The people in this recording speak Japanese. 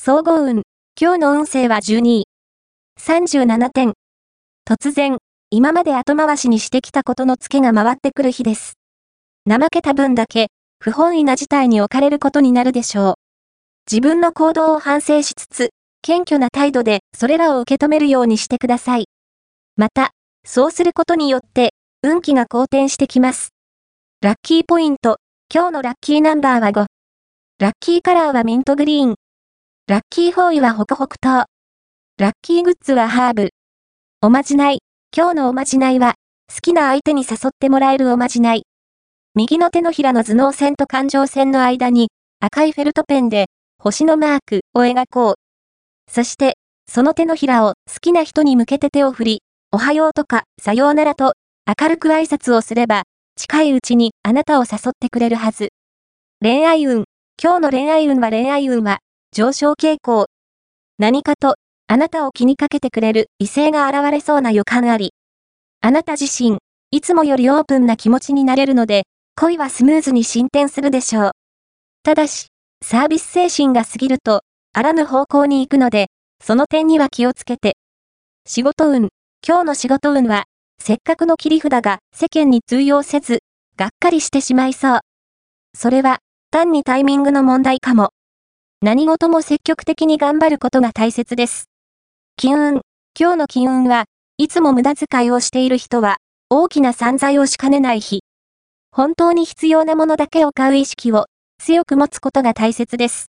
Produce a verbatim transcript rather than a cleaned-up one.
総合運。今日の運勢はじゅうにい。さんじゅうななてん。突然、今まで後回しにしてきたことのツケが回ってくる日です。怠けた分だけ、不本意な事態に置かれることになるでしょう。自分の行動を反省しつつ、謙虚な態度でそれらを受け止めるようにしてください。また、そうすることによって、運気が好転してきます。ラッキーポイント。今日のラッキーナンバーはご。ラッキーカラーはミントグリーン。ラッキーフォーイはホクホク糖。ラッキーグッズはハーブ。おまじない。今日のおまじないは、好きな相手に誘ってもらえるおまじない。右の手のひらの頭脳線と感情線の間に、赤いフェルトペンで、星のマークを描こう。そして、その手のひらを好きな人に向けて手を振り、おはようとか、さようならと、明るく挨拶をすれば、近いうちにあなたを誘ってくれるはず。恋愛運。今日の恋愛運は恋愛運は、上昇傾向。何かと、あなたを気にかけてくれる異性が現れそうな予感あり。あなた自身、いつもよりオープンな気持ちになれるので、恋はスムーズに進展するでしょう。ただし、サービス精神が過ぎると、あらぬ方向に行くので、その点には気をつけて。仕事運。今日の仕事運は、せっかくの切り札が世間に通用せず、がっかりしてしまいそう。それは、単にタイミングの問題かも。何事も積極的に頑張ることが大切です。金運。今日の金運は、いつも無駄遣いをしている人は、大きな散財をしかねない日。本当に必要なものだけを買う意識を強く持つことが大切です。